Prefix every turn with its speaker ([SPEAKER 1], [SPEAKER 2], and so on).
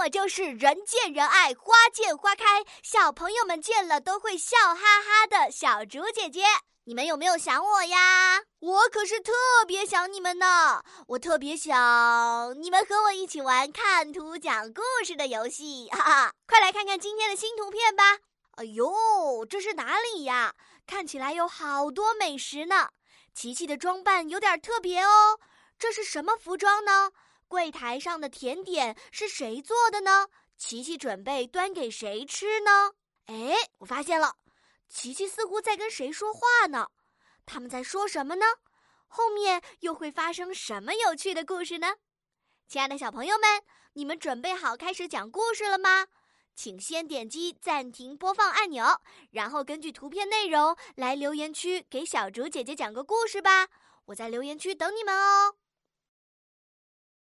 [SPEAKER 1] 就是人见人爱，花见花开，小朋友们见了都会笑哈哈的小竹姐姐。你们有没有想我呀？我可是特别想你们呢，我特别想你们和我一起玩看图讲故事的游戏，哈哈！快来看看今天的新图片吧。哎呦，这是哪里呀？看起来有好多美食呢。琪琪的装扮有点特别哦，这是什么服装呢？柜台上的甜点是谁做的呢？琪琪准备端给谁吃呢？哎，我发现了，琪琪似乎在跟谁说话呢？他们在说什么呢？后面又会发生什么有趣的故事呢？亲爱的小朋友们，你们准备好开始讲故事了吗？请先点击暂停播放按钮，然后根据图片内容来留言区给小竹姐姐讲个故事吧。我在留言区等你们哦。